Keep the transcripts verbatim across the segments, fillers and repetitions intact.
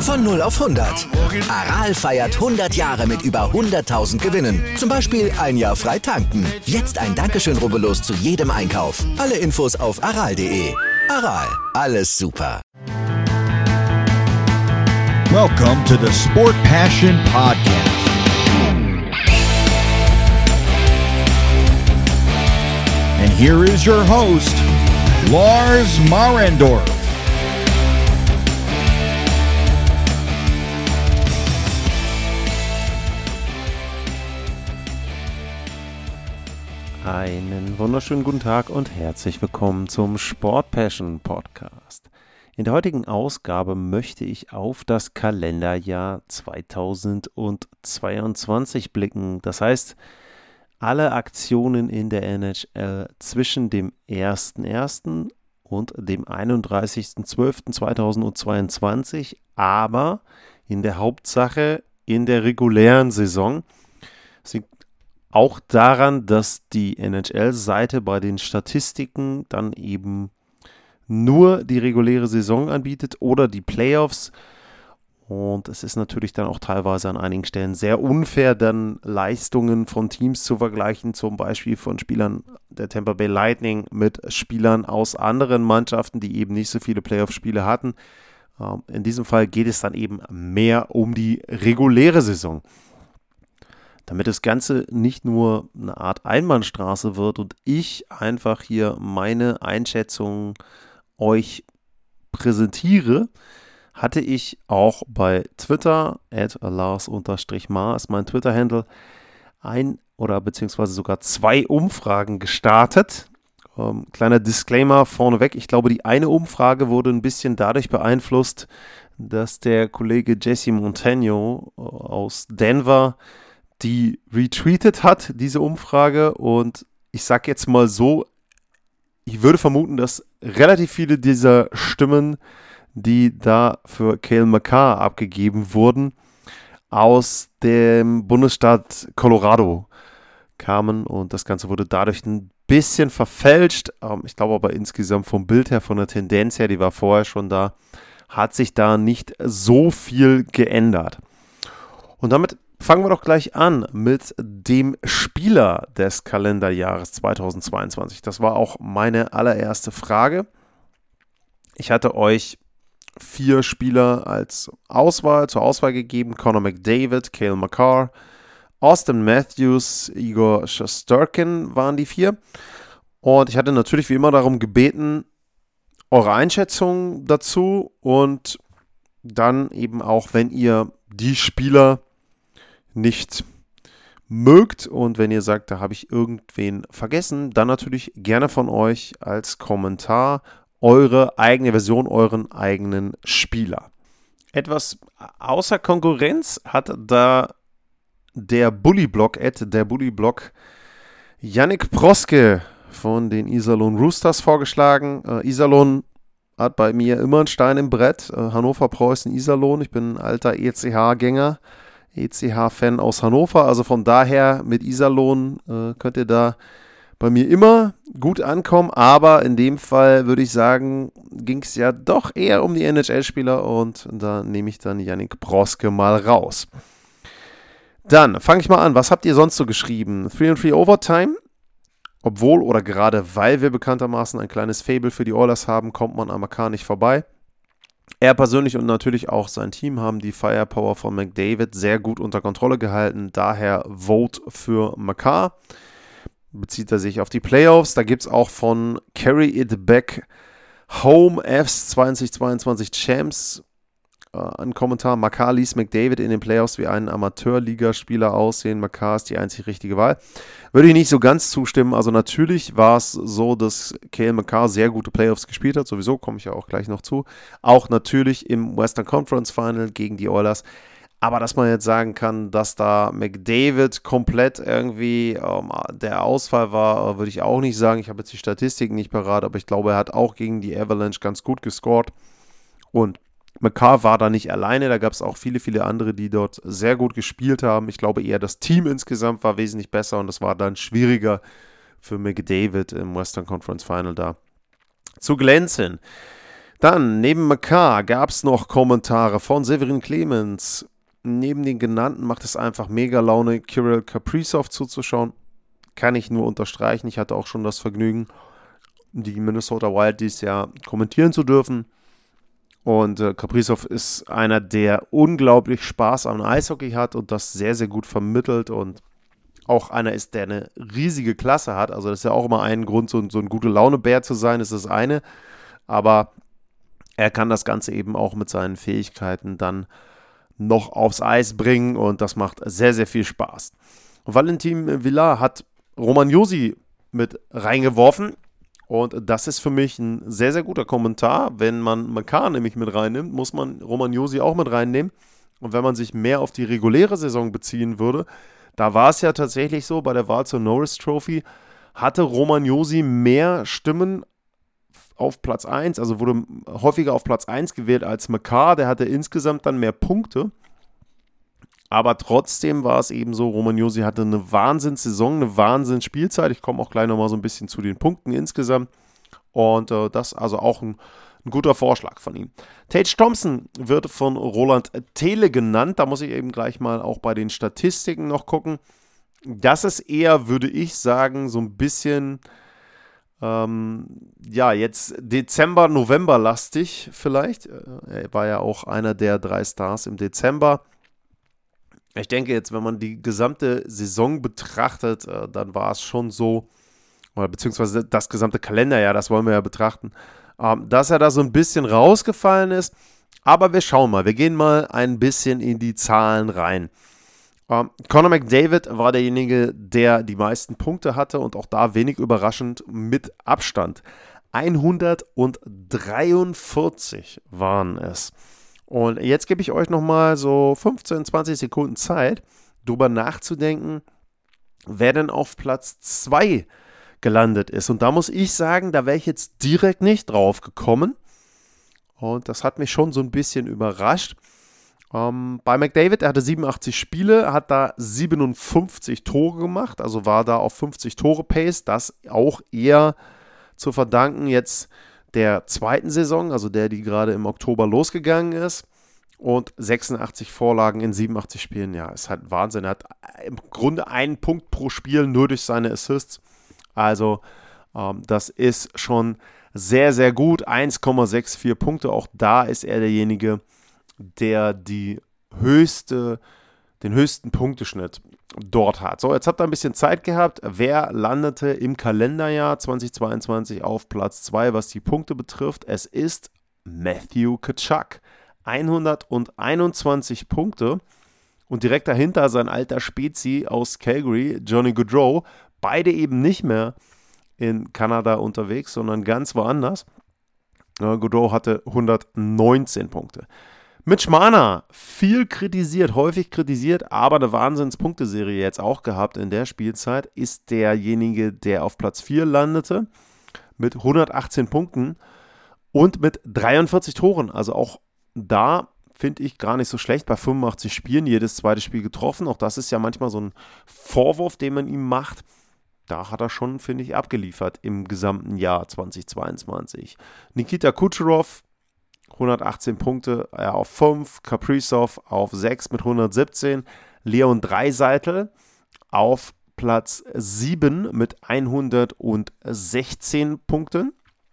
Von null auf hundert. Aral feiert hundert Jahre mit über hunderttausend Gewinnen. Zum Beispiel ein Jahr frei tanken. Jetzt ein Dankeschön, rubbellos zu jedem Einkauf. Alle Infos auf aral punkt de. Aral, alles super. Welcome to the Sport Passion Podcast. And here is your host, Lars Marendorf. Einen wunderschönen guten Tag und herzlich willkommen zum Sport Passion Podcast. In der heutigen Ausgabe möchte ich auf das Kalenderjahr zweitausendzweiundzwanzig blicken. Das heißt, alle Aktionen in der N H L zwischen dem ersten ersten und dem einunddreißigsten zwölften zweitausendzweiundzwanzig, aber in der Hauptsache in der regulären Saison. Es liegt auch daran, dass die N H L-Seite bei den Statistiken dann eben nur die reguläre Saison anbietet oder die Playoffs. Und es ist natürlich dann auch teilweise an einigen Stellen sehr unfair, dann Leistungen von Teams zu vergleichen, zum Beispiel von Spielern der Tampa Bay Lightning mit Spielern aus anderen Mannschaften, die eben nicht so viele Playoff-Spiele hatten. In diesem Fall geht es dann eben mehr um die reguläre Saison. Damit das Ganze nicht nur eine Art Einbahnstraße wird und ich einfach hier meine Einschätzung euch präsentiere, hatte ich auch bei Twitter, at Lars-Mar ist mein Twitter-Handle, ein oder beziehungsweise sogar zwei Umfragen gestartet. Ähm, kleiner Disclaimer vorneweg, ich glaube, die eine Umfrage wurde ein bisschen dadurch beeinflusst, dass der Kollege Jesse Montano aus Denver die retweetet hat, diese Umfrage, und ich sag jetzt mal so, ich würde vermuten, dass relativ viele dieser Stimmen, die da für Cale Makar abgegeben wurden, aus dem Bundesstaat Colorado kamen, und das Ganze wurde dadurch ein bisschen verfälscht. Ich glaube aber insgesamt vom Bild her, von der Tendenz her, die war vorher schon da, hat sich da nicht so viel geändert. Und damit fangen wir doch gleich an mit dem Spieler des Kalenderjahres zweitausendzweiundzwanzig. Das war auch meine allererste Frage. Ich hatte euch vier Spieler als Auswahl, zur Auswahl gegeben. Connor McDavid, Cale Makar, Auston Matthews, Igor Shesterkin waren die vier. Und ich hatte natürlich wie immer darum gebeten, eure Einschätzung dazu und dann eben auch, wenn ihr die Spieler nicht mögt und wenn ihr sagt, da habe ich irgendwen vergessen, dann natürlich gerne von euch als Kommentar eure eigene Version, euren eigenen Spieler. Etwas außer Konkurrenz hat da der Bullyblock, at der Bullyblock, Yannick Proske von den Iserlohn Roosters vorgeschlagen. Äh, Iserlohn hat bei mir immer einen Stein im Brett. Äh, Hannover, Preußen, Iserlohn. Ich bin ein alter E C H-Gänger. E C H-Fan aus Hannover, also von daher mit Iserlohn äh, könnt ihr da bei mir immer gut ankommen, aber in dem Fall würde ich sagen, ging es ja doch eher um die N H L-Spieler und da nehme ich dann Yannick Proske mal raus. Dann fange ich mal an, was habt ihr sonst so geschrieben? drei und drei Overtime, obwohl oder gerade weil wir bekanntermaßen ein kleines Faible für die Oilers haben, kommt man am Makar nicht vorbei. Er persönlich und natürlich auch sein Team haben die Firepower von McDavid sehr gut unter Kontrolle gehalten. Daher Vote für Makar. Bezieht er sich auf die Playoffs. Da gibt es auch von Carry It Back Home Fs zweitausendzweiundzwanzig Champs äh, einen Kommentar. Makar ließ McDavid in den Playoffs wie einen Amateurligaspieler aussehen. Makar ist die einzig richtige Wahl. Würde ich nicht so ganz zustimmen. Also natürlich war es so, dass Cale Makar sehr gute Playoffs gespielt hat. Sowieso komme ich ja auch gleich noch zu. Auch natürlich im Western Conference Final gegen die Oilers. Aber dass man jetzt sagen kann, dass da McDavid komplett irgendwie ähm, der Ausfall war, würde ich auch nicht sagen. Ich habe jetzt die Statistiken nicht parat, aber ich glaube, er hat auch gegen die Avalanche ganz gut gescored. Und Makar war da nicht alleine, da gab es auch viele, viele andere, die dort sehr gut gespielt haben. Ich glaube eher, das Team insgesamt war wesentlich besser und es war dann schwieriger für McDavid im Western Conference Final da zu glänzen. Dann, neben McCarr gab es noch Kommentare von Severin Clemens. Neben den genannten macht es einfach mega Laune, Kirill Kaprizov zuzuschauen. Kann ich nur unterstreichen. Ich hatte auch schon das Vergnügen, die Minnesota Wild dieses Jahr kommentieren zu dürfen. Und äh, Kaprizov ist einer, der unglaublich Spaß am Eishockey hat und das sehr, sehr gut vermittelt und auch einer ist, der eine riesige Klasse hat. Also das ist ja auch immer ein Grund, so, so ein gute Laune-Bär zu sein, ist das eine. Aber er kann das Ganze eben auch mit seinen Fähigkeiten dann noch aufs Eis bringen und das macht sehr, sehr viel Spaß. Valentin Villard hat Roman Josi mit reingeworfen und das ist für mich ein sehr, sehr guter Kommentar. Wenn man McCarr nämlich mit reinnimmt, muss man Roman Josi auch mit reinnehmen. Und wenn man sich mehr auf die reguläre Saison beziehen würde, da war es ja tatsächlich so, bei der Wahl zur Norris Trophy hatte Roman Josi mehr Stimmen auf Platz eins, also wurde häufiger auf Platz eins gewählt als McCarr, der hatte insgesamt dann mehr Punkte, aber trotzdem war es eben so, Roman Josi hatte eine Wahnsinnssaison, eine Wahnsinnsspielzeit, ich komme auch gleich nochmal so ein bisschen zu den Punkten insgesamt und äh, das also auch ein, ein guter Vorschlag von ihm. Tage Thompson wird von Roland Thiele genannt, da muss ich eben gleich mal auch bei den Statistiken noch gucken, das ist eher, würde ich sagen, so ein bisschen Ähm, ja, jetzt Dezember, November lastig vielleicht. Er war ja auch einer der drei Stars im Dezember. Ich denke jetzt, wenn man die gesamte Saison betrachtet, dann war es schon so, oder beziehungsweise das gesamte Kalenderjahr, das wollen wir ja betrachten, dass er da so ein bisschen rausgefallen ist. Aber wir schauen mal, wir gehen mal ein bisschen in die Zahlen rein. Um, Connor McDavid war derjenige, der die meisten Punkte hatte und auch da wenig überraschend mit Abstand. hundertdreiundvierzig waren es. Und jetzt gebe ich euch nochmal so fünfzehn, zwanzig Sekunden Zeit, darüber nachzudenken, wer denn auf Platz zwei gelandet ist. Und da muss ich sagen, da wäre ich jetzt direkt nicht drauf gekommen. Und das hat mich schon so ein bisschen überrascht. Um, bei McDavid, er hatte siebenundachtzig Spiele, hat da siebenundfünfzig Tore gemacht, also war da auf fünfzig Tore Pace, das auch eher zu verdanken jetzt der zweiten Saison, also der, die gerade im Oktober losgegangen ist und sechsundachtzig Vorlagen in siebenundachtzig Spielen, ja, ist halt Wahnsinn, er hat im Grunde einen Punkt pro Spiel nur durch seine Assists, also um, das ist schon sehr, sehr gut, eins Komma vierundsechzig Punkte, auch da ist er derjenige, der die höchste, den höchsten Punkteschnitt dort hat. So, jetzt habt ihr ein bisschen Zeit gehabt. Wer landete im Kalenderjahr zweitausendzweiundzwanzig auf Platz zwei, was die Punkte betrifft? Es ist Matthew Tkachuk. hunderteinundzwanzig Punkte und direkt dahinter sein alter Spezi aus Calgary, Johnny Gaudreau. Beide eben nicht mehr in Kanada unterwegs, sondern ganz woanders. Gaudreau hatte hundertneunzehn Punkte. Mitch Marner, viel kritisiert, häufig kritisiert, aber eine Wahnsinns-Punkteserie jetzt auch gehabt in der Spielzeit, ist derjenige, der auf Platz vier landete mit hundertachtzehn Punkten und mit dreiundvierzig Toren. Also auch da finde ich gar nicht so schlecht, bei fünfundachtzig Spielen, jedes zweite Spiel getroffen. Auch das ist ja manchmal so ein Vorwurf, den man ihm macht. Da hat er schon, finde ich, abgeliefert im gesamten Jahr zweitausendzweiundzwanzig. Nikita Kucherov, hundertachtzehn Punkte, er auf fünf, Kaprizov auf sechs mit hundertsiebzehn, Leon Draisaitl auf Platz sieben mit hundertsechzehn Punkten.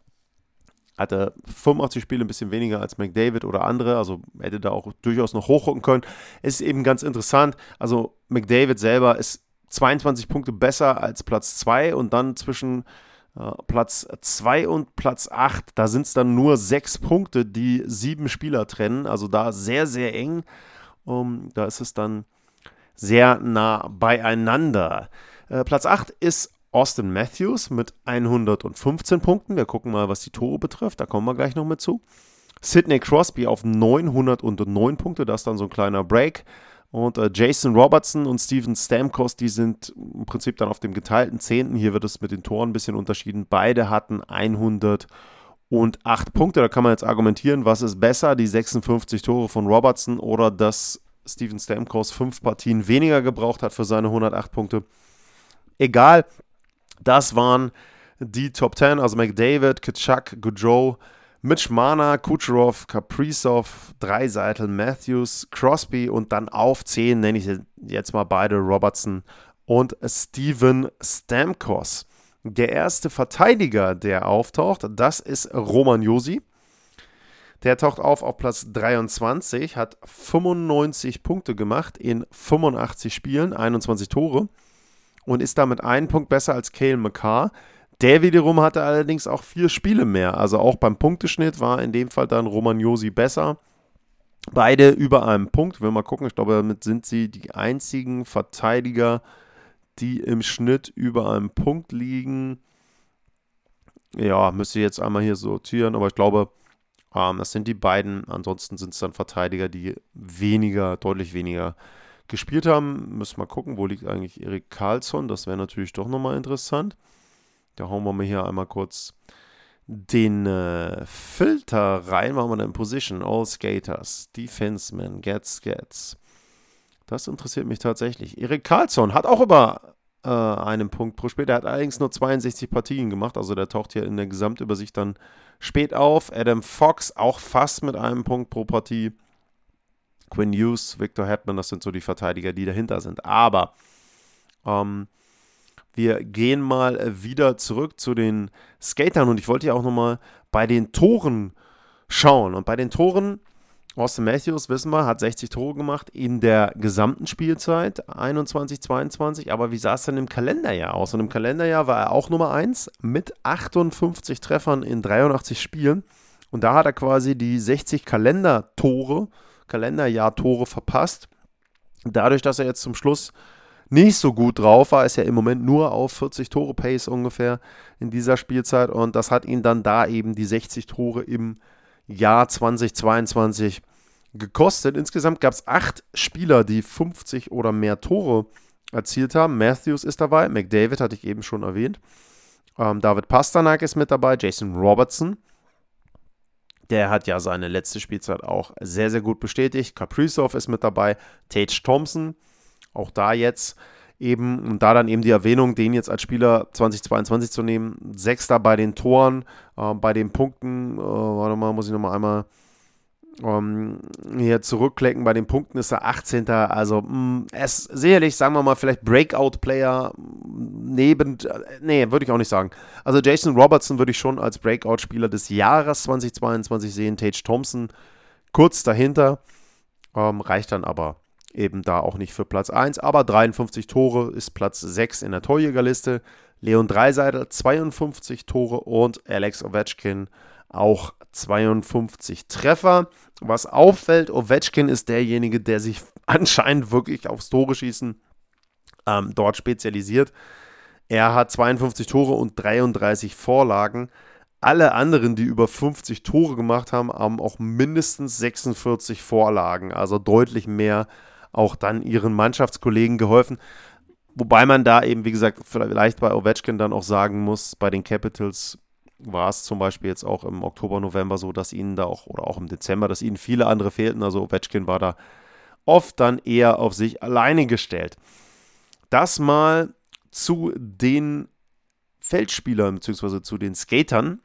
Hatte fünfundachtzig Spiele, ein bisschen weniger als McDavid oder andere, also hätte da auch durchaus noch hochrücken können. Ist eben ganz interessant, also McDavid selber ist zweiundzwanzig Punkte besser als Platz zwei und dann zwischen äh, Platz zwei und Platz acht, da sind es dann nur sechs Punkte, die sieben Spieler trennen, also da sehr, sehr eng. Um, da ist es dann sehr nah beieinander. Äh, Platz acht ist Austin Matthews mit hundertfünfzehn Punkten. Wir gucken mal, was die Tore betrifft. Da kommen wir gleich noch mit zu. Sidney Crosby auf neunhundertneun Punkte. Das ist dann so ein kleiner Break. Und äh, Jason Robertson und Steven Stamkos, die sind im Prinzip dann auf dem geteilten zehnten. Hier wird es mit den Toren ein bisschen unterschieden. Beide hatten hundertacht Punkte. Da kann man jetzt argumentieren, was ist besser, die sechsundfünfzig Tore von Robertson oder dass Steven Stamkos fünf Partien weniger gebraucht hat für seine hundertacht Punkte. Egal. Das waren die Top zehn, also McDavid, Tkachuk, Gaudreau, Mitch Marner, Kucherov, Kaprizov, Dreisaitl, Matthews, Crosby und dann auf zehn nenne ich jetzt mal beide, Robertson und Steven Stamkos. Der erste Verteidiger, der auftaucht, das ist Roman Josi. Der taucht auf auf Platz dreiundzwanzig, hat fünfundneunzig Punkte gemacht in fünfundachtzig Spielen, einundzwanzig Tore und ist damit einen Punkt besser als Cale Makar. Der wiederum hatte allerdings auch vier Spiele mehr, also auch beim Punkteschnitt war in dem Fall dann Roman Josi besser. Beide über einem Punkt, wenn wir mal gucken, ich glaube, damit sind sie die einzigen Verteidiger, die im Schnitt über einem Punkt liegen. Ja, müsste ich jetzt einmal hier sortieren, aber ich glaube, ähm, das sind die beiden. Ansonsten sind es dann Verteidiger, die weniger, deutlich weniger gespielt haben. Müssen wir mal gucken, wo liegt eigentlich Erik Karlsson, das wäre natürlich doch nochmal interessant. Da hauen wir mal hier einmal kurz den äh, Filter rein. Machen wir dann Position, All Skaters, Defensemen, Gets, Gets. Das interessiert mich tatsächlich. Erik Karlsson hat auch über äh, einen Punkt pro Spiel. Der hat allerdings nur zweiundsechzig Partien gemacht. Also der taucht hier in der Gesamtübersicht dann spät auf. Adam Fox auch fast mit einem Punkt pro Partie. Quinn Hughes, Victor Hedman, das sind so die Verteidiger, die dahinter sind. Aber ähm, wir gehen mal wieder zurück zu den Skatern und ich wollte ja auch nochmal bei den Toren schauen. Und bei den Toren, Austin Matthews, wissen wir, hat sechzig Tore gemacht in der gesamten Spielzeit, einundzwanzig zweiundzwanzig. Aber wie sah es denn im Kalenderjahr aus? Und im Kalenderjahr war er auch Nummer eins mit achtundfünfzig Treffern in dreiundachtzig Spielen. Und da hat er quasi die sechzig Kalendertore, Kalenderjahr-Tore verpasst. Dadurch, dass er jetzt zum Schluss nicht so gut drauf war, ist er im Moment nur auf vierzig Tore Pace ungefähr in dieser Spielzeit und das hat ihn dann da eben die sechzig Tore im Jahr zweitausendzweiundzwanzig gekostet. Insgesamt gab es acht Spieler, die fünfzig oder mehr Tore erzielt haben. Matthews ist dabei, McDavid hatte ich eben schon erwähnt, ähm, David Pastrnak ist mit dabei, Jason Robertson, der hat ja seine letzte Spielzeit auch sehr, sehr gut bestätigt. Kaprizov ist mit dabei, Tage Thompson, auch da jetzt eben, und da dann eben die Erwähnung, den jetzt als Spieler zweitausendzweiundzwanzig zu nehmen, Sechster bei den Toren, äh, bei den Punkten, äh, warte mal, muss ich nochmal einmal ähm, hier zurückklicken, bei den Punkten ist er achtzehnter Also mh, es sicherlich, sagen wir mal, vielleicht Breakout-Player neben, äh, nee, würde ich auch nicht sagen. Also Jason Robertson würde ich schon als Breakout-Spieler des Jahres zweitausendzweiundzwanzig sehen, Tage Thompson kurz dahinter, ähm, reicht dann aber eben da auch nicht für Platz eins, aber dreiundfünfzig Tore ist Platz sechs in der Torjägerliste. Leon Draisaitl zweiundfünfzig Tore und Alex Ovechkin auch zweiundfünfzig Treffer. Was auffällt, Ovechkin ist derjenige, der sich anscheinend wirklich aufs Tore schießen ähm, dort spezialisiert. Er hat zweiundfünfzig Tore und dreiunddreißig Vorlagen. Alle anderen, die über fünfzig Tore gemacht haben, haben auch mindestens sechsundvierzig Vorlagen, also deutlich mehr auch dann ihren Mannschaftskollegen geholfen. Wobei man da eben, wie gesagt, vielleicht bei Ovechkin dann auch sagen muss, bei den Capitals war es zum Beispiel jetzt auch im Oktober, November so, dass ihnen da auch, oder auch im Dezember, dass ihnen viele andere fehlten. Also Ovechkin war da oft dann eher auf sich alleine gestellt. Das mal zu den Feldspielern bzw. zu den Skatern.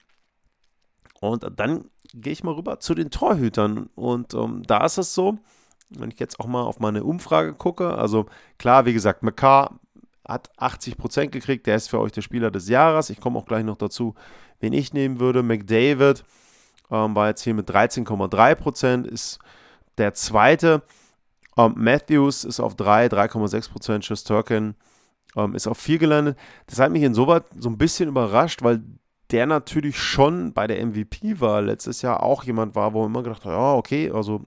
Und dann gehe ich mal rüber zu den Torhütern. Und ähm, da ist es so, wenn ich jetzt auch mal auf meine Umfrage gucke, also klar, wie gesagt, Makar hat achtzig Prozent gekriegt, der ist für euch der Spieler des Jahres. Ich komme auch gleich noch dazu, wen ich nehmen würde. McDavid ähm, war jetzt hier mit dreizehn Komma drei Prozent, ist der zweite. Ähm, Matthews ist auf drei, drei Komma sechs Prozent. Shesterkin ähm, ist auf vier gelandet. Das hat mich insoweit so ein bisschen überrascht, weil der natürlich schon bei der M V P-Wahl letztes Jahr auch jemand war, wo man immer gedacht hat, ja, okay, also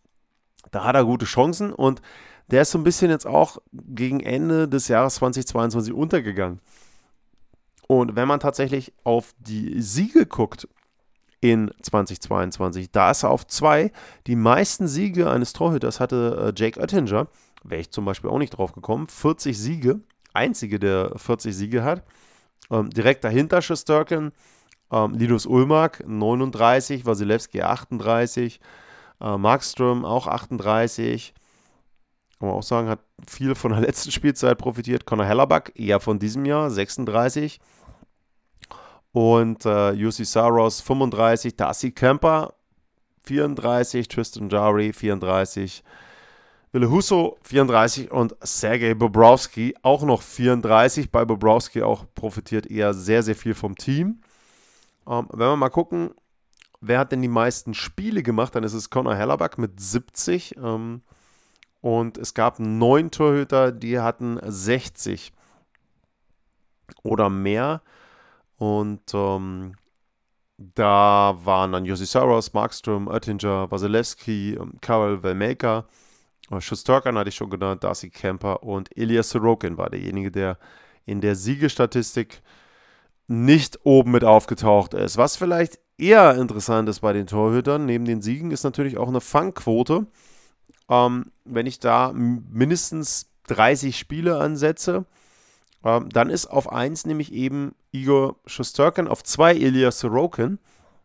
da hat er gute Chancen und der ist so ein bisschen jetzt auch gegen Ende des Jahres zweitausendzweiundzwanzig untergegangen. Und wenn man tatsächlich auf die Siege guckt in zweitausendzweiundzwanzig, da ist er auf zwei. Die meisten Siege eines Torhüters hatte äh, Jake Oettinger, wäre ich zum Beispiel auch nicht drauf gekommen, vierzig Siege, einzige, der vierzig Siege hat. Ähm, direkt dahinter Shesterkin, ähm, Linus Ullmark neununddreißig, Wasilewski achtunddreißig, äh, Markström auch achtunddreißig. Kann man auch sagen, hat viel von der letzten Spielzeit profitiert. Connor Hellebuck eher von diesem Jahr, sechsunddreißig. Und äh, U C Saros fünfunddreißig, Darcy Kemper vierunddreißig, Tristan Jarry vierunddreißig, Ville Husso vierunddreißig und Sergei Bobrovsky auch noch vierunddreißig. Bei Bobrovsky auch profitiert eher sehr, sehr viel vom Team. Ähm, wenn wir mal gucken, wer hat denn die meisten Spiele gemacht, dann ist es Connor Hellebuck mit siebzig. Ähm, und es gab neun Torhüter, die hatten sechzig oder mehr. Und ähm, da waren dann Juuse Saros, Markström, Oettinger, Vasilevsky, Karel Velmelka, Shesterkin hatte ich schon genannt, Darcy Kemper und Ilya Sorokin war derjenige, der in der Siegestatistik nicht oben mit aufgetaucht ist. Was vielleicht eher interessant ist bei den Torhütern, neben den Siegen, ist natürlich auch eine Fangquote. Ähm, wenn ich da mindestens dreißig Spiele ansetze, ähm, dann ist auf eins nämlich eben Igor Shesterkin, auf zwei Ilya Sorokin,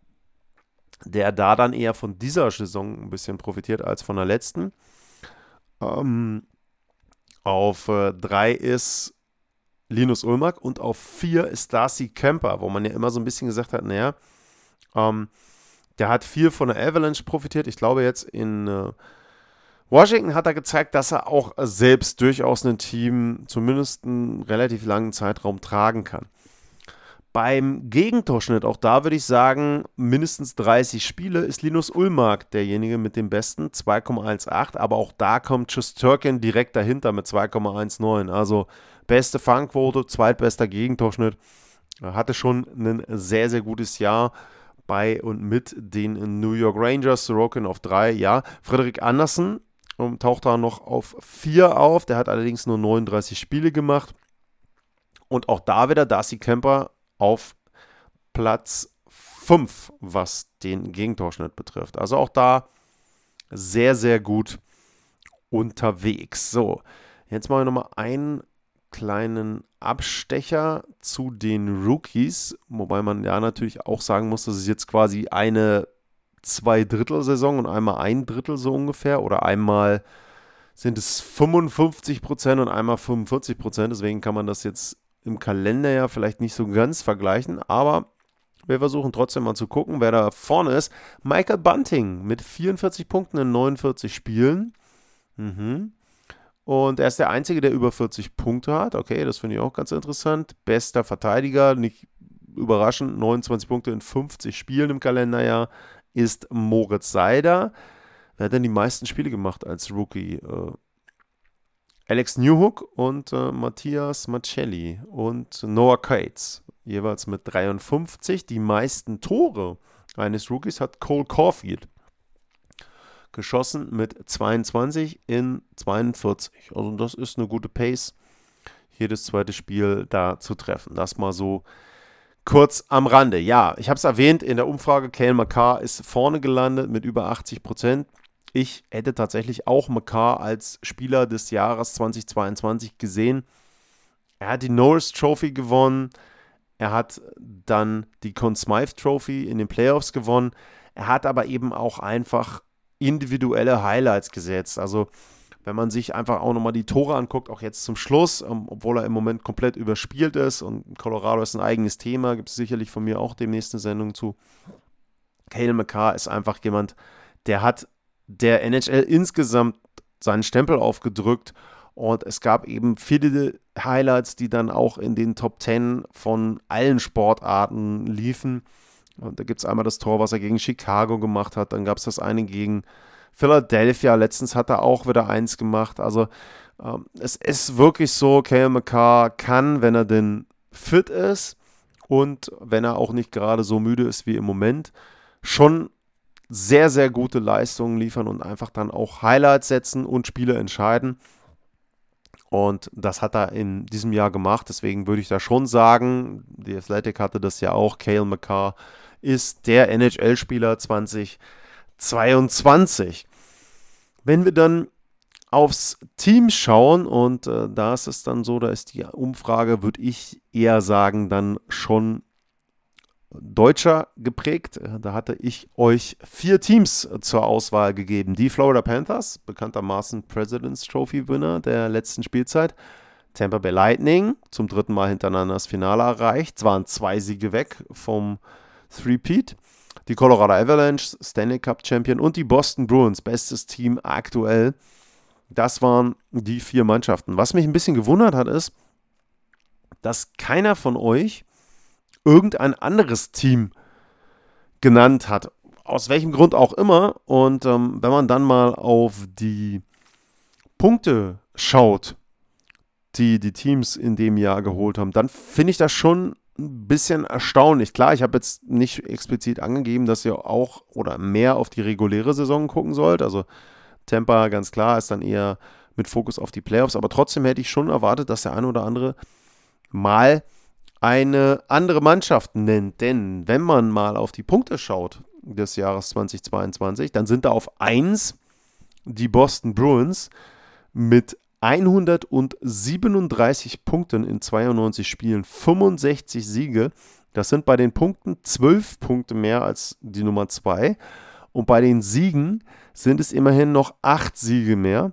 der da dann eher von dieser Saison ein bisschen profitiert als von der letzten. Ähm, auf äh, drei ist Linus Ullmark und auf vier ist Darcy Kemper, wo man ja immer so ein bisschen gesagt hat, naja, ähm, der hat viel von der Avalanche profitiert. Ich glaube jetzt in äh, Washington hat er gezeigt, dass er auch selbst durchaus ein Team zumindest einen relativ langen Zeitraum tragen kann. Beim Gegentorschnitt, auch da würde ich sagen, mindestens dreißig Spiele ist Linus Ullmark derjenige mit dem besten, zwei Komma achtzehn, aber auch da kommt Shesterkin direkt dahinter mit zwei Komma neunzehn, also beste Fangquote, zweitbester Gegentorschnitt, hatte schon ein sehr, sehr gutes Jahr bei und mit den New York Rangers, Sorokin auf drei, ja, Frederik Andersen um, taucht da noch auf vier auf, der hat allerdings nur neununddreißig Spiele gemacht und auch da wieder Darcy Kemper auf Platz fünf, was den Gegentorschnitt betrifft. Also auch da sehr, sehr gut unterwegs. So, jetzt mache ich nochmal einen kleinen Abstecher zu den Rookies, wobei man ja natürlich auch sagen muss, das ist jetzt quasi eine Zwei-Drittel-Saison und einmal ein Drittel so ungefähr oder einmal sind es fünfundfünfzig Prozent und einmal fünfundvierzig Prozent, deswegen kann man das jetzt im Kalender ja vielleicht nicht so ganz vergleichen, aber wir versuchen trotzdem mal zu gucken, wer da vorne ist. Michael Bunting mit vierundvierzig Punkten in neunundvierzig Spielen. Mhm. Und er ist der Einzige, der über vierzig Punkte hat. Okay, das finde ich auch ganz interessant. Bester Verteidiger, nicht überraschend, neunundzwanzig Punkte in fünfzig Spielen im Kalenderjahr, ist Moritz Seider. Wer hat denn die meisten Spiele gemacht als Rookie? Äh, Alex Newhook und äh, Matthias Maccelli und Noah Cates, jeweils mit dreiundfünfzig. Die meisten Tore eines Rookies hat Cole Caulfield geschossen mit zweiundzwanzig in zweiundvierzig. Also das ist eine gute Pace, jedes zweite Spiel da zu treffen. Das mal so kurz am Rande. Ja, ich habe es erwähnt, in der Umfrage, Cale Makar ist vorne gelandet mit über achtzig Prozent. Ich hätte tatsächlich auch Makar als Spieler des Jahres zweitausendzweiundzwanzig gesehen. Er hat die Norris Trophy gewonnen. Er hat dann die Conn Smythe Trophy in den Playoffs gewonnen. Er hat aber eben auch einfach individuelle Highlights gesetzt. Also wenn man sich einfach auch nochmal die Tore anguckt, auch jetzt zum Schluss, ähm, obwohl er im Moment komplett überspielt ist und Colorado ist ein eigenes Thema, gibt es sicherlich von mir auch demnächst eine Sendung zu. Cale Makar ist einfach jemand, der hat der N H L insgesamt seinen Stempel aufgedrückt und es gab eben viele Highlights, die dann auch in den Top zehn von allen Sportarten liefen. Und da gibt es einmal das Tor, was er gegen Chicago gemacht hat, dann gab es das eine gegen Philadelphia, letztens hat er auch wieder eins gemacht. Also ähm, es ist wirklich so, Cale Makar kann, wenn er denn fit ist und wenn er auch nicht gerade so müde ist wie im Moment, schon sehr, sehr gute Leistungen liefern und einfach dann auch Highlights setzen und Spiele entscheiden. Und das hat er in diesem Jahr gemacht. Deswegen würde ich da schon sagen, die Athletic hatte das ja auch, Cale Makar ist der N H L-Spieler zweitausendzweiundzwanzig. Wenn wir dann aufs Team schauen und äh, da ist es dann so, da ist die Umfrage, würde ich eher sagen, dann schon Deutscher geprägt. Da hatte ich euch vier Teams zur Auswahl gegeben. Die Florida Panthers, bekanntermaßen President's Trophy Winner der letzten Spielzeit. Tampa Bay Lightning zum dritten Mal hintereinander das Finale erreicht. Es waren zwei Siege weg vom Three-Peat. Die Colorado Avalanche, Stanley Cup Champion, und die Boston Bruins, bestes Team aktuell. Das waren die vier Mannschaften. Was mich ein bisschen gewundert hat, ist, dass keiner von euch irgendein anderes Team genannt hat. Aus welchem Grund auch immer. Und ähm, wenn man dann mal auf die Punkte schaut, die die Teams in dem Jahr geholt haben, dann finde ich das schon ein bisschen erstaunlich. Klar, ich habe jetzt nicht explizit angegeben, dass ihr auch oder mehr auf die reguläre Saison gucken sollt. Also Tampa, ganz klar, ist dann eher mit Fokus auf die Playoffs. Aber trotzdem hätte ich schon erwartet, dass der eine oder andere mal eine andere Mannschaft nennt. Denn wenn man mal auf die Punkte schaut des Jahres zweitausendzweiundzwanzig, dann sind da auf eins die Boston Bruins mit hundertsiebenunddreißig Punkten in zweiundneunzig Spielen, fünfundsechzig Siege. Das sind bei den Punkten zwölf Punkte mehr als die Nummer zwei. Und bei den Siegen sind es immerhin noch acht Siege mehr.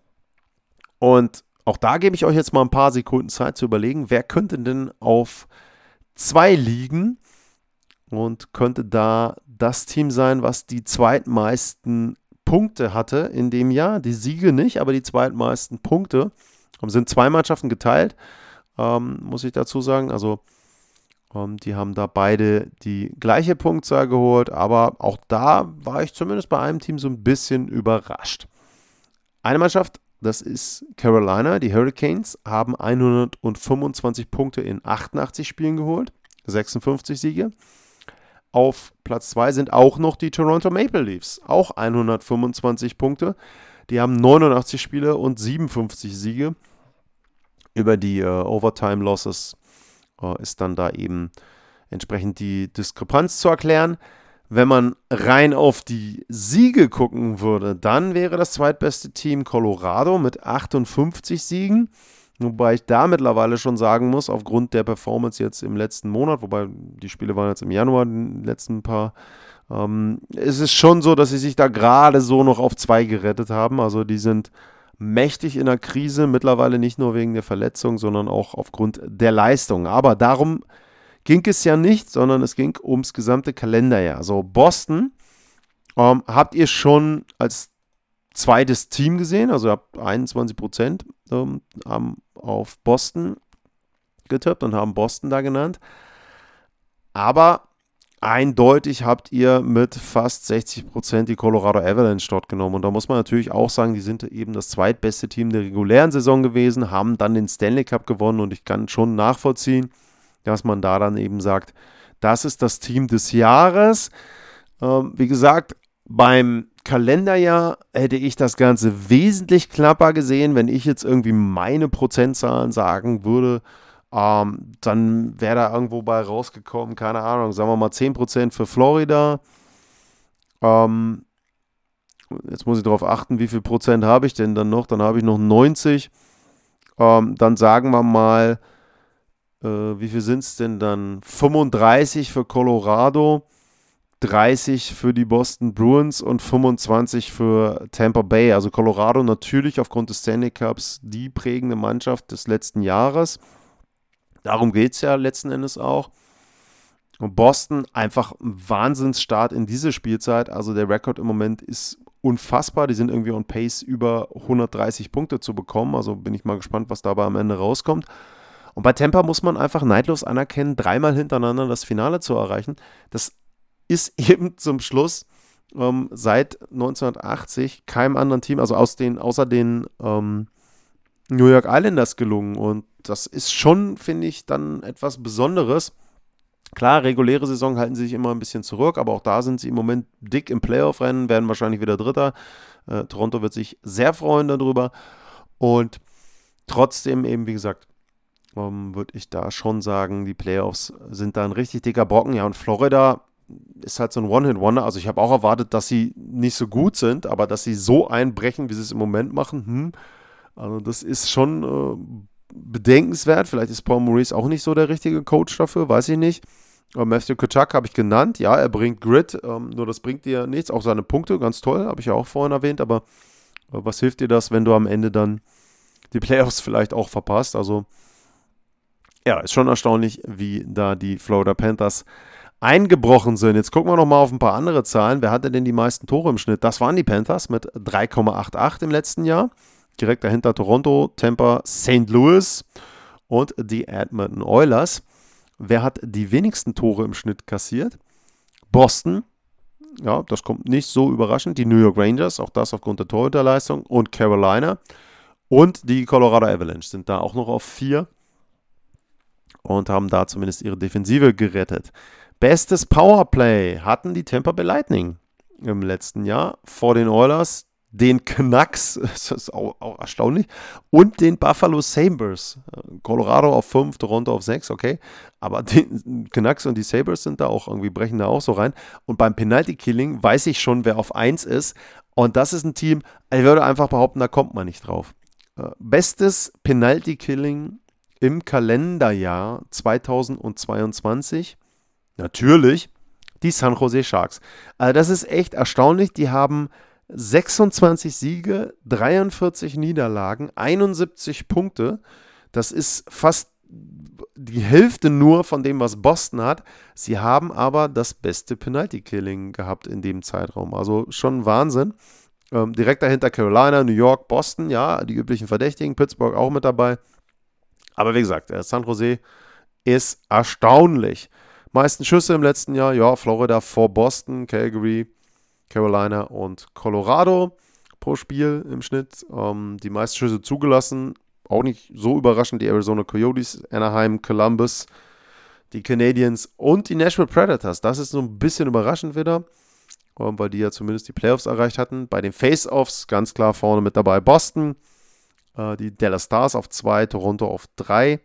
Und auch da gebe ich euch jetzt mal ein paar Sekunden Zeit zu überlegen, wer könnte denn auf zwei liegen und könnte da das Team sein, was die zweitmeisten Punkte hatte in dem Jahr. Die Siege nicht, aber die zweitmeisten Punkte. Sind zwei Mannschaften geteilt, ähm, muss ich dazu sagen. Also ähm, die haben da beide die gleiche Punktzahl geholt, aber auch da war ich zumindest bei einem Team so ein bisschen überrascht. Eine Mannschaft, das ist Carolina, die Hurricanes, haben hundertfünfundzwanzig Punkte in achtundachtzig Spielen geholt, sechsundfünfzig Siege. Auf Platz zwei sind auch noch die Toronto Maple Leafs, auch hundertfünfundzwanzig Punkte. Die haben neunundachtzig Spiele und siebenundfünfzig Siege. Über die äh, Overtime Losses äh, ist dann da eben entsprechend die Diskrepanz zu erklären. Wenn man rein auf die Siege gucken würde, dann wäre das zweitbeste Team Colorado mit achtundfünfzig Siegen. Wobei ich da mittlerweile schon sagen muss, aufgrund der Performance jetzt im letzten Monat, wobei die Spiele waren jetzt im Januar, die letzten paar, ähm, ist es schon so, dass sie sich da gerade so noch auf zwei gerettet haben. Also die sind mächtig in der Krise, mittlerweile nicht nur wegen der Verletzung, sondern auch aufgrund der Leistung. Aber darum ging es ja nicht, sondern es ging ums gesamte Kalenderjahr. Also Boston ähm, habt ihr schon als zweites Team gesehen, also ihr habt einundzwanzig Prozent ähm, haben auf Boston getippt und haben Boston da genannt. Aber eindeutig habt ihr mit fast sechzig Prozent die Colorado Avalanche dort genommen. Und da muss man natürlich auch sagen, die sind eben das zweitbeste Team der regulären Saison gewesen, haben dann den Stanley Cup gewonnen und ich kann schon nachvollziehen, dass man da dann eben sagt, das ist das Team des Jahres. Ähm, wie gesagt, beim Kalenderjahr hätte ich das Ganze wesentlich knapper gesehen. Wenn ich jetzt irgendwie meine Prozentzahlen sagen würde, ähm, dann wäre da irgendwo bei rausgekommen, keine Ahnung, sagen wir mal zehn Prozent für Florida. Ähm, jetzt muss ich darauf achten, wie viel Prozent habe ich denn dann noch? Dann habe ich noch neunzig. Ähm, dann sagen wir mal, äh, wie viel sind es denn dann? fünfunddreißig für Colorado. dreißig für die Boston Bruins und fünfundzwanzig für Tampa Bay. Also Colorado natürlich aufgrund des Stanley Cups die prägende Mannschaft des letzten Jahres. Darum geht es ja letzten Endes auch. Und Boston einfach ein Wahnsinnsstart in diese Spielzeit. Also der Rekord im Moment ist unfassbar. Die sind irgendwie on pace, über hundertdreißig Punkte zu bekommen. Also bin ich mal gespannt, was dabei am Ende rauskommt. Und bei Tampa muss man einfach neidlos anerkennen, dreimal hintereinander das Finale zu erreichen. Das ist eben zum Schluss ähm, seit neunzehnhundertachtzig keinem anderen Team, also aus den, außer den ähm, New York Islanders gelungen. Und das ist schon, finde ich, dann etwas Besonderes. Klar, reguläre Saison halten sie sich immer ein bisschen zurück, aber auch da sind sie im Moment dick im Playoff-Rennen, werden wahrscheinlich wieder Dritter. Äh, Toronto wird sich sehr freuen darüber. Und trotzdem eben, wie gesagt, ähm, würde ich da schon sagen, die Playoffs sind da ein richtig dicker Brocken. Ja, und Florida ist halt so ein One-Hit-Wonder. Also ich habe auch erwartet, dass sie nicht so gut sind, aber dass sie so einbrechen, wie sie es im Moment machen, hm, also das ist schon äh, bedenkenswert. Vielleicht ist Paul Maurice auch nicht so der richtige Coach dafür, weiß ich nicht. Aber Matthew Tkachuk habe ich genannt. Ja, er bringt Grit, ähm, nur das bringt dir nichts. Auch seine Punkte, ganz toll, habe ich ja auch vorhin erwähnt. Aber äh, was hilft dir das, wenn du am Ende dann die Playoffs vielleicht auch verpasst. Also ja, ist schon erstaunlich, wie da die Florida Panthers eingebrochen sind. Jetzt gucken wir noch mal auf ein paar andere Zahlen. Wer hatte denn die meisten Tore im Schnitt? Das waren die Panthers mit drei Komma achtundachtzig im letzten Jahr. Direkt dahinter Toronto, Tampa, Saint Louis und die Edmonton Oilers. Wer hat die wenigsten Tore im Schnitt kassiert? Boston. Ja, das kommt nicht so überraschend. Die New York Rangers, auch das aufgrund der Torhüterleistung. Und Carolina. Und die Colorado Avalanche sind da auch noch auf vier. Und haben da zumindest ihre Defensive gerettet. Bestes Powerplay hatten die Tampa Bay Lightning im letzten Jahr vor den Oilers, den Canucks, das ist auch, auch erstaunlich, und den Buffalo Sabres. Colorado auf fünf, Toronto auf sechs, okay. Aber die Canucks und die Sabres sind da auch irgendwie, brechen da auch so rein. Und beim Penalty Killing weiß ich schon, wer auf eins ist. Und das ist ein Team, ich würde einfach behaupten, da kommt man nicht drauf. Bestes Penalty Killing im Kalenderjahr zweitausendzweiundzwanzig, natürlich die San Jose Sharks. Also das ist echt erstaunlich. Die haben sechsundzwanzig Siege, dreiundvierzig Niederlagen, einundsiebzig Punkte. Das ist fast die Hälfte nur von dem, was Boston hat. Sie haben aber das beste Penalty-Killing gehabt in dem Zeitraum. Also schon Wahnsinn. Ähm, direkt dahinter Carolina, New York, Boston, ja, die üblichen Verdächtigen, Pittsburgh auch mit dabei. Aber wie gesagt, San Jose ist erstaunlich. Meisten Schüsse im letzten Jahr, ja, Florida vor Boston, Calgary, Carolina und Colorado pro Spiel im Schnitt. Ähm, die meisten Schüsse zugelassen, auch nicht so überraschend, die Arizona Coyotes, Anaheim, Columbus, die Canadiens und die Nashville Predators. Das ist so ein bisschen überraschend wieder, ähm, weil die ja zumindest die Playoffs erreicht hatten. Bei den Face-Offs ganz klar vorne mit dabei Boston, äh, die Dallas Stars auf zwei, Toronto auf drei,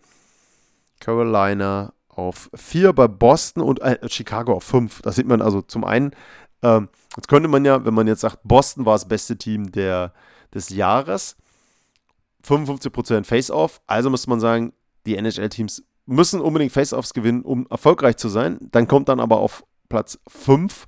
Carolina auf vier bei Boston und äh, Chicago auf fünf. Das sieht man also zum einen, ähm, jetzt könnte man ja, wenn man jetzt sagt, Boston war das beste Team der, des Jahres, fünfundfünfzig Prozent Face-Off, also müsste man sagen, die N H L-Teams müssen unbedingt Face-Offs gewinnen, um erfolgreich zu sein. Dann kommt dann aber auf Platz fünf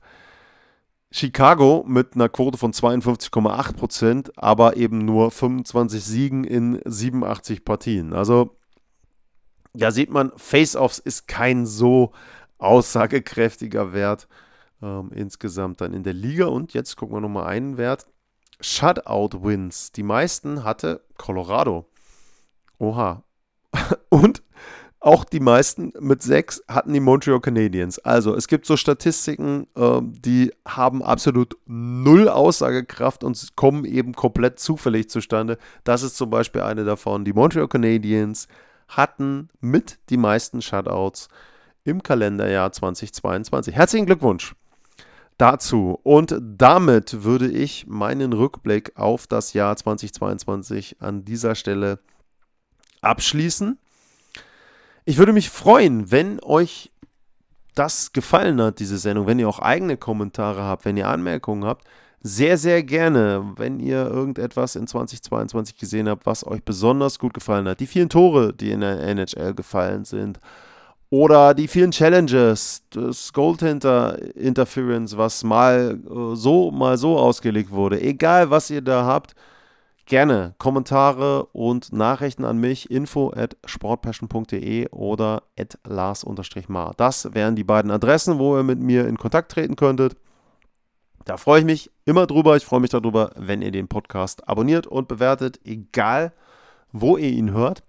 Chicago mit einer Quote von zweiundfünfzig Komma acht Prozent, aber eben nur fünfundzwanzig Siegen in siebenundachtzig Partien. Also da sieht man, Face-Offs ist kein so aussagekräftiger Wert ähm, insgesamt dann in der Liga. Und jetzt gucken wir nochmal einen Wert. Shutout-Wins. Die meisten hatte Colorado. Oha. Und auch die meisten mit sechs hatten die Montreal Canadiens. Also es gibt so Statistiken, ähm, die haben absolut null Aussagekraft und kommen eben komplett zufällig zustande. Das ist zum Beispiel eine davon. Die Montreal Canadiens hatten mit die meisten Shutouts im Kalenderjahr zweitausendzweiundzwanzig. Herzlichen Glückwunsch dazu. Und damit würde ich meinen Rückblick auf das Jahr zweitausendzweiundzwanzig an dieser Stelle abschließen. Ich würde mich freuen, wenn euch das gefallen hat, diese Sendung, wenn ihr auch eigene Kommentare habt, wenn ihr Anmerkungen habt. Sehr, sehr gerne, wenn ihr irgendetwas in zweitausendzweiundzwanzig gesehen habt, was euch besonders gut gefallen hat. Die vielen Tore, die in der N H L gefallen sind. Oder die vielen Challenges, das Goaltender Interference, was mal so, mal so ausgelegt wurde. Egal, was ihr da habt, gerne Kommentare und Nachrichten an mich, info at sportpassion punkt de oder at lars mar. Das wären die beiden Adressen, wo ihr mit mir in Kontakt treten könntet. Da freue ich mich immer drüber. Ich freue mich darüber, wenn ihr den Podcast abonniert und bewertet, egal wo ihr ihn hört.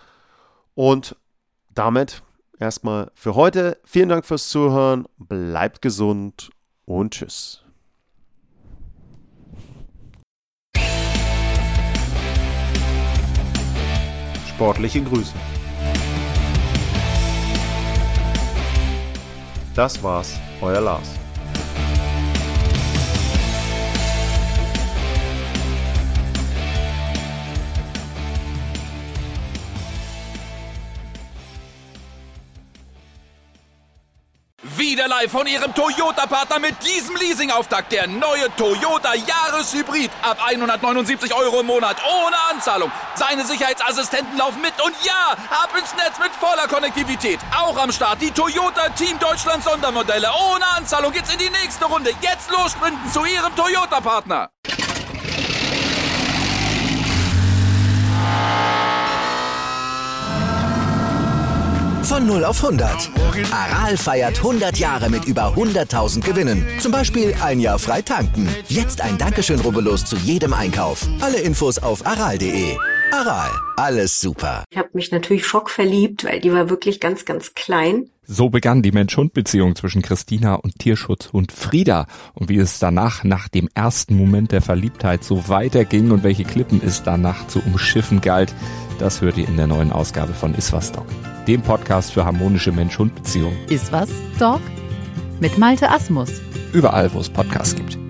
Und damit erstmal für heute. Vielen Dank fürs Zuhören. Bleibt gesund und tschüss. Sportliche Grüße. Das war's, euer Lars. Wieder live von Ihrem Toyota-Partner mit diesem Leasing-Auftakt. Der neue Toyota Jahreshybrid. Ab hundertneunundsiebzig Euro im Monat. Ohne Anzahlung. Seine Sicherheitsassistenten laufen mit. Und ja, ab ins Netz mit voller Konnektivität. Auch am Start die Toyota Team Deutschland Sondermodelle. Ohne Anzahlung geht's in die nächste Runde. Jetzt los sprinten zu Ihrem Toyota-Partner. Von null auf hundert. Aral feiert hundert Jahre mit über hunderttausend Gewinnen. Zum Beispiel ein Jahr frei tanken. Jetzt ein Dankeschön, rubbellos zu jedem Einkauf. Alle Infos auf aral punkt de. Aral, alles super. Ich habe mich natürlich schockverliebt, weil die war wirklich ganz, ganz klein. So begann die Mensch-Hund-Beziehung zwischen Christina und Tierschutzhund Frieda. Und wie es danach, nach dem ersten Moment der Verliebtheit, so weiterging und welche Klippen es danach zu umschiffen galt, das hört ihr in der neuen Ausgabe von Iswas Dog, dem Podcast für harmonische Mensch-Hund-Beziehungen. Iswas Dog mit Malte Asmus. Überall, wo es Podcasts gibt.